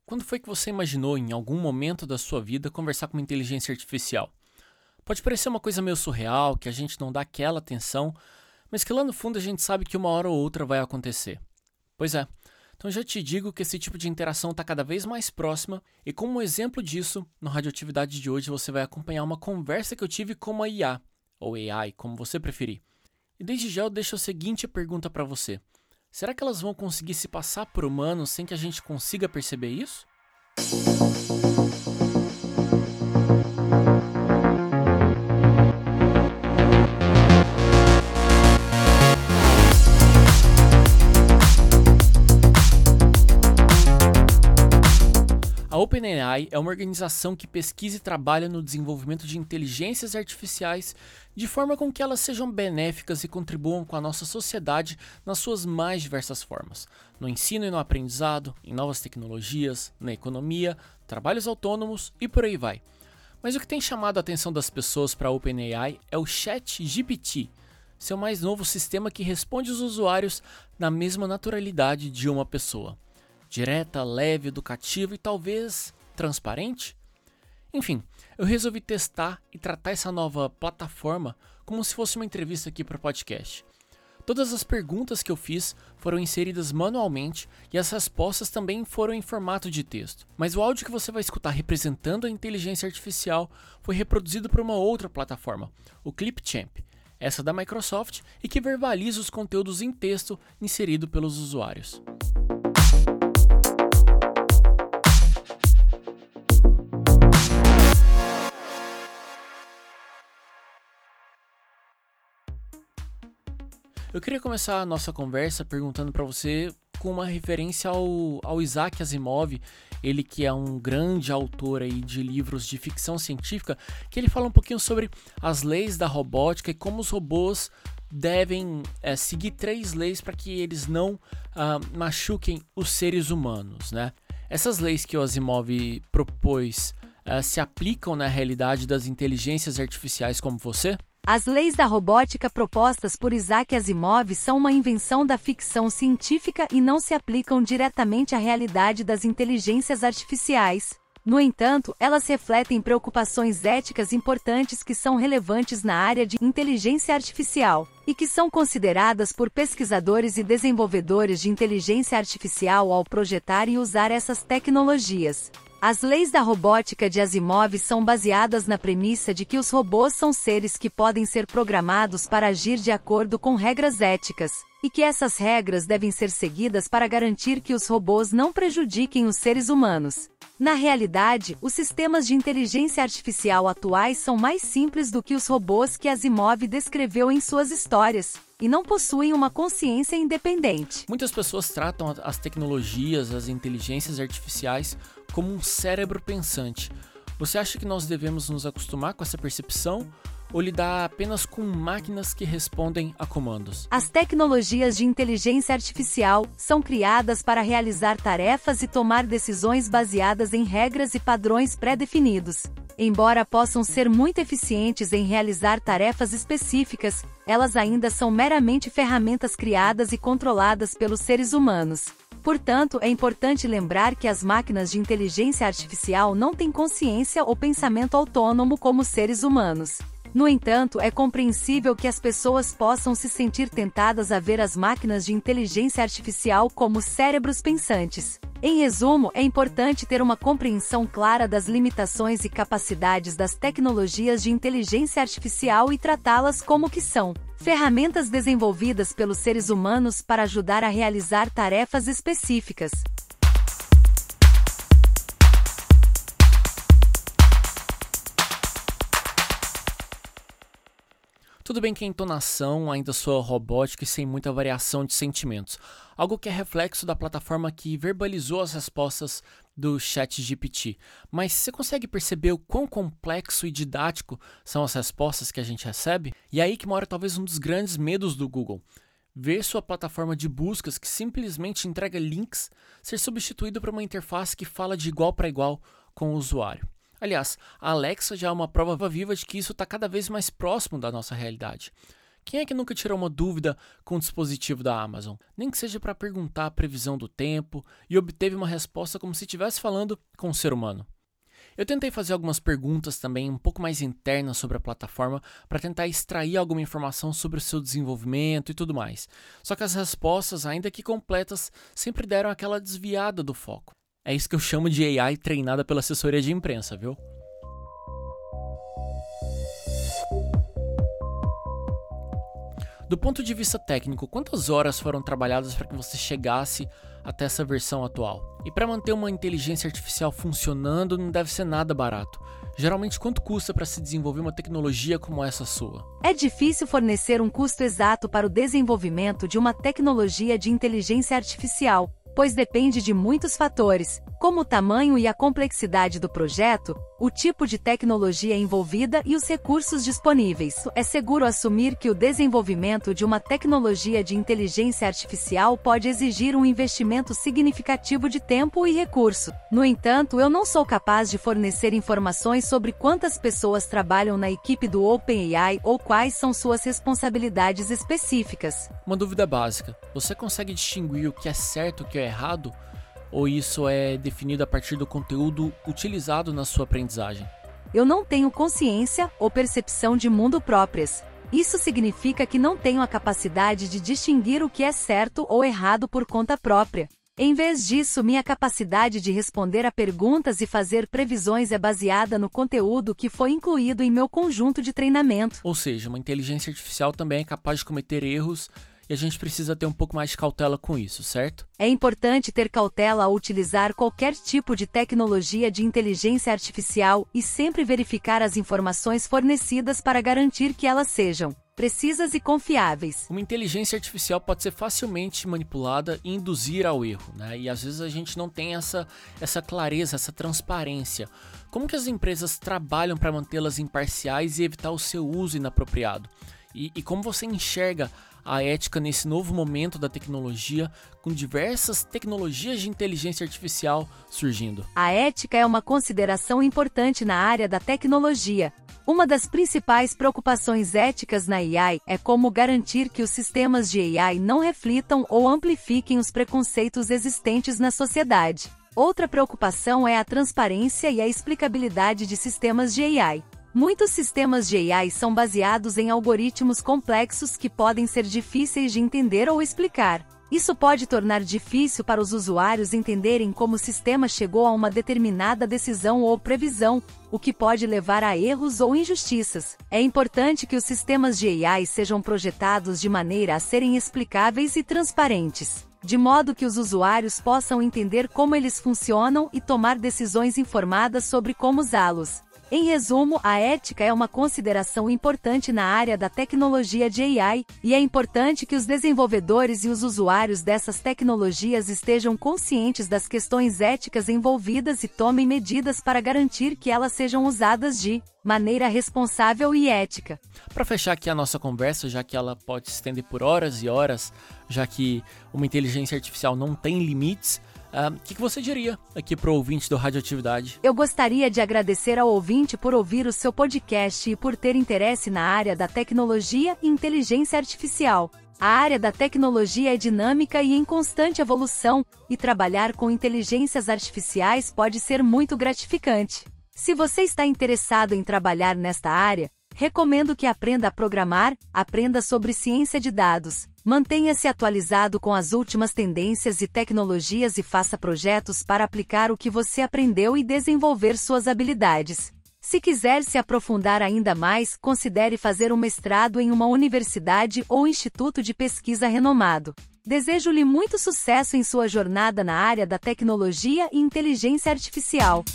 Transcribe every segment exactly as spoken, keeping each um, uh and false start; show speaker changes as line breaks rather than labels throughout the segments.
Quando foi que você imaginou, em algum momento da sua vida, conversar com uma inteligência artificial? Pode parecer uma coisa meio surreal, que a gente não dá aquela atenção, mas que lá no fundo a gente sabe que uma hora ou outra vai acontecer. Pois é, então já te digo que esse tipo de interação está cada vez mais próxima, e como exemplo disso, no Radioatividade de hoje você vai acompanhar uma conversa que eu tive com uma I A, ou A I, como você preferir. E desde já eu deixo a seguinte pergunta para você. Será que elas vão conseguir se passar por humanos sem que a gente consiga perceber isso? A OpenAI é uma organização que pesquisa e trabalha no desenvolvimento de inteligências artificiais de forma com que elas sejam benéficas e contribuam com a nossa sociedade nas suas mais diversas formas, no ensino e no aprendizado, em novas tecnologias, na economia, trabalhos autônomos e por aí vai. Mas o que tem chamado a atenção das pessoas para a OpenAI é o ChatGPT, seu mais novo sistema que responde os usuários na mesma naturalidade de uma pessoa. Direta, leve, educativa e talvez transparente? Enfim, eu resolvi testar e tratar essa nova plataforma como se fosse uma entrevista aqui para o podcast. Todas as perguntas que eu fiz foram inseridas manualmente e as respostas também foram em formato de texto. Mas o áudio que você vai escutar representando a inteligência artificial foi reproduzido por uma outra plataforma, o Clipchamp, essa da Microsoft, e que verbaliza os conteúdos em texto inserido pelos usuários. Eu queria começar a nossa conversa perguntando para você com uma referência ao, ao Isaac Asimov, ele que é um grande autor aí de livros de ficção científica, que ele fala um pouquinho sobre as leis da robótica e como os robôs devem é, seguir três leis para que eles não ah, machuquem os seres humanos, né? Essas leis que o Asimov propôs ah, se aplicam na realidade das inteligências artificiais como você?
As leis da robótica propostas por Isaac Asimov são uma invenção da ficção científica e não se aplicam diretamente à realidade das inteligências artificiais. No entanto, elas refletem preocupações éticas importantes que são relevantes na área de inteligência artificial, e que são consideradas por pesquisadores e desenvolvedores de inteligência artificial ao projetar e usar essas tecnologias. As leis da robótica de Asimov são baseadas na premissa de que os robôs são seres que podem ser programados para agir de acordo com regras éticas, e que essas regras devem ser seguidas para garantir que os robôs não prejudiquem os seres humanos. Na realidade, os sistemas de inteligência artificial atuais são mais simples do que os robôs que Asimov descreveu em suas histórias, e não possuem uma consciência independente.
Muitas pessoas tratam as tecnologias, as inteligências artificiais, como um cérebro pensante. Você acha que nós devemos nos acostumar com essa percepção ou lidar apenas com máquinas que respondem a comandos?
As tecnologias de inteligência artificial são criadas para realizar tarefas e tomar decisões baseadas em regras e padrões pré-definidos. Embora possam ser muito eficientes em realizar tarefas específicas, elas ainda são meramente ferramentas criadas e controladas pelos seres humanos. Portanto, é importante lembrar que as máquinas de inteligência artificial não têm consciência ou pensamento autônomo como seres humanos. No entanto, é compreensível que as pessoas possam se sentir tentadas a ver as máquinas de inteligência artificial como cérebros pensantes. Em resumo, é importante ter uma compreensão clara das limitações e capacidades das tecnologias de inteligência artificial e tratá-las como que são: ferramentas desenvolvidas pelos seres humanos para ajudar a realizar tarefas específicas.
Tudo bem que a entonação ainda soa robótica e sem muita variação de sentimentos, algo que é reflexo da plataforma que verbalizou as respostas do ChatGPT, mas você consegue perceber o quão complexo e didático são as respostas que a gente recebe? E é aí que mora talvez um dos grandes medos do Google: ver sua plataforma de buscas, que simplesmente entrega links, ser substituído por uma interface que fala de igual para igual com o usuário. Aliás, a Alexa já é uma prova viva de que isso está cada vez mais próximo da nossa realidade. Quem é que nunca tirou uma dúvida com o dispositivo da Amazon? Nem que seja para perguntar a previsão do tempo e obteve uma resposta como se estivesse falando com um ser humano. Eu tentei fazer algumas perguntas também um pouco mais internas sobre a plataforma para tentar extrair alguma informação sobre o seu desenvolvimento e tudo mais. Só que as respostas, ainda que completas, sempre deram aquela desviada do foco. É isso que eu chamo de A I treinada pela assessoria de imprensa, viu? Do ponto de vista técnico, quantas horas foram trabalhadas para que você chegasse até essa versão atual? E para manter uma inteligência artificial funcionando não deve ser nada barato. Geralmente, quanto custa para se desenvolver uma tecnologia como essa sua?
É difícil fornecer um custo exato para o desenvolvimento de uma tecnologia de inteligência artificial, pois depende de muitos fatores, como o tamanho e a complexidade do projeto, o tipo de tecnologia envolvida e os recursos disponíveis. É seguro assumir que o desenvolvimento de uma tecnologia de inteligência artificial pode exigir um investimento significativo de tempo e recurso. No entanto, eu não sou capaz de fornecer informações sobre quantas pessoas trabalham na equipe do OpenAI ou quais são suas responsabilidades específicas.
Uma dúvida básica: você consegue distinguir o que é certo e o que é errado? Ou isso é definido a partir do conteúdo utilizado na sua aprendizagem?
Eu não tenho consciência ou percepção de mundo próprias. Isso significa que não tenho a capacidade de distinguir o que é certo ou errado por conta própria. Em vez disso, minha capacidade de responder a perguntas e fazer previsões é baseada no conteúdo que foi incluído em meu conjunto de treinamento.
Ou seja, uma inteligência artificial também é capaz de cometer erros e a gente precisa ter um pouco mais de cautela com isso, certo?
É importante ter cautela ao utilizar qualquer tipo de tecnologia de inteligência artificial e sempre verificar as informações fornecidas para garantir que elas sejam precisas e confiáveis.
Uma inteligência artificial pode ser facilmente manipulada e induzir ao erro, né? E às vezes a gente não tem essa, essa clareza, essa transparência. Como que as empresas trabalham para mantê-las imparciais e evitar o seu uso inapropriado? E, e como você enxerga a ética nesse novo momento da tecnologia, com diversas tecnologias de inteligência artificial surgindo?
A ética é uma consideração importante na área da tecnologia. Uma das principais preocupações éticas na A I é como garantir que os sistemas de A I não reflitam ou amplifiquem os preconceitos existentes na sociedade. Outra preocupação é a transparência e a explicabilidade de sistemas de A I. Muitos sistemas de A I são baseados em algoritmos complexos que podem ser difíceis de entender ou explicar. Isso pode tornar difícil para os usuários entenderem como o sistema chegou a uma determinada decisão ou previsão, o que pode levar a erros ou injustiças. É importante que os sistemas de A I sejam projetados de maneira a serem explicáveis e transparentes, de modo que os usuários possam entender como eles funcionam e tomar decisões informadas sobre como usá-los. Em resumo, a ética é uma consideração importante na área da tecnologia de A I, e é importante que os desenvolvedores e os usuários dessas tecnologias estejam conscientes das questões éticas envolvidas e tomem medidas para garantir que elas sejam usadas de maneira responsável e ética.
Para fechar aqui a nossa conversa, já que ela pode se estender por horas e horas, já que uma inteligência artificial não tem limites, o uh, que, que você diria aqui para o ouvinte do Radioatividade?
Eu gostaria de agradecer ao ouvinte por ouvir o seu podcast e por ter interesse na área da tecnologia e inteligência artificial. A área da tecnologia é dinâmica e em constante evolução, e trabalhar com inteligências artificiais pode ser muito gratificante. Se você está interessado em trabalhar nesta área, recomendo que aprenda a programar, aprenda sobre ciência de dados, mantenha-se atualizado com as últimas tendências e tecnologias e faça projetos para aplicar o que você aprendeu e desenvolver suas habilidades. Se quiser se aprofundar ainda mais, considere fazer um mestrado em uma universidade ou instituto de pesquisa renomado. Desejo-lhe muito sucesso em sua jornada na área da tecnologia e inteligência artificial.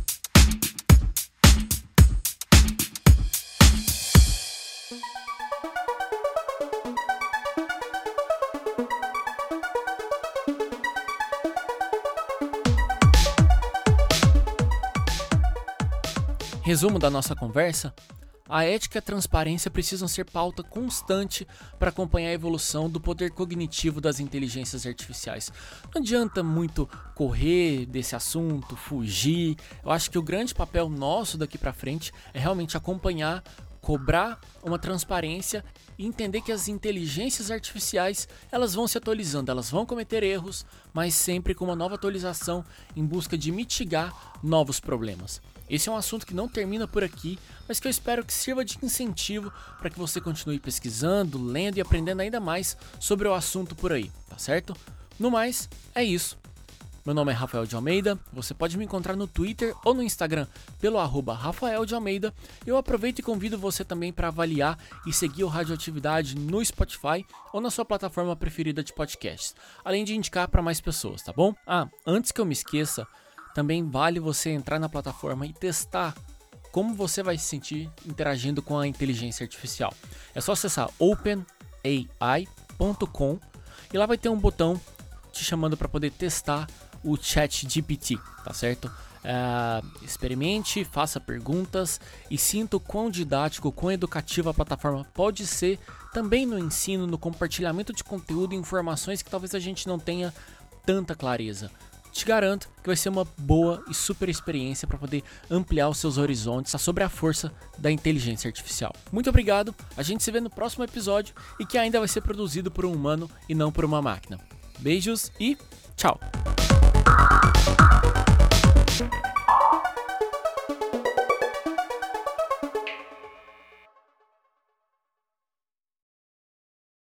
Resumo da nossa conversa: a ética e a transparência precisam ser pauta constante para acompanhar a evolução do poder cognitivo das inteligências artificiais. Não adianta muito correr desse assunto, fugir. Eu acho que o grande papel nosso daqui para frente é realmente acompanhar cobrar uma transparência e entender que as inteligências artificiais, elas vão se atualizando, elas vão cometer erros, mas sempre com uma nova atualização em busca de mitigar novos problemas. Esse é um assunto que não termina por aqui, mas que eu espero que sirva de incentivo para que você continue pesquisando, lendo e aprendendo ainda mais sobre o assunto por aí, tá certo? No mais, é isso. Meu nome é Rafael de Almeida, você pode me encontrar no Twitter ou no Instagram pelo arroba Rafael de Almeida. Eu aproveito e convido você também para avaliar e seguir o Radioatividade no Spotify ou na sua plataforma preferida de podcasts, além de indicar para mais pessoas, tá bom? Ah, antes que eu me esqueça, também vale você entrar na plataforma e testar como você vai se sentir interagindo com a inteligência artificial. É só acessar open a i ponto com e lá vai ter um botão te chamando para poder testar o ChatGPT, tá certo? Uh, experimente, faça perguntas e sinta o quão didático, quão educativa a plataforma pode ser também no ensino, no compartilhamento de conteúdo e informações que talvez a gente não tenha tanta clareza. Te garanto que vai ser uma boa e super experiência para poder ampliar os seus horizontes sobre a força da inteligência artificial. Muito obrigado, a gente se vê no próximo episódio e que ainda vai ser produzido por um humano e não por uma máquina. Beijos e tchau!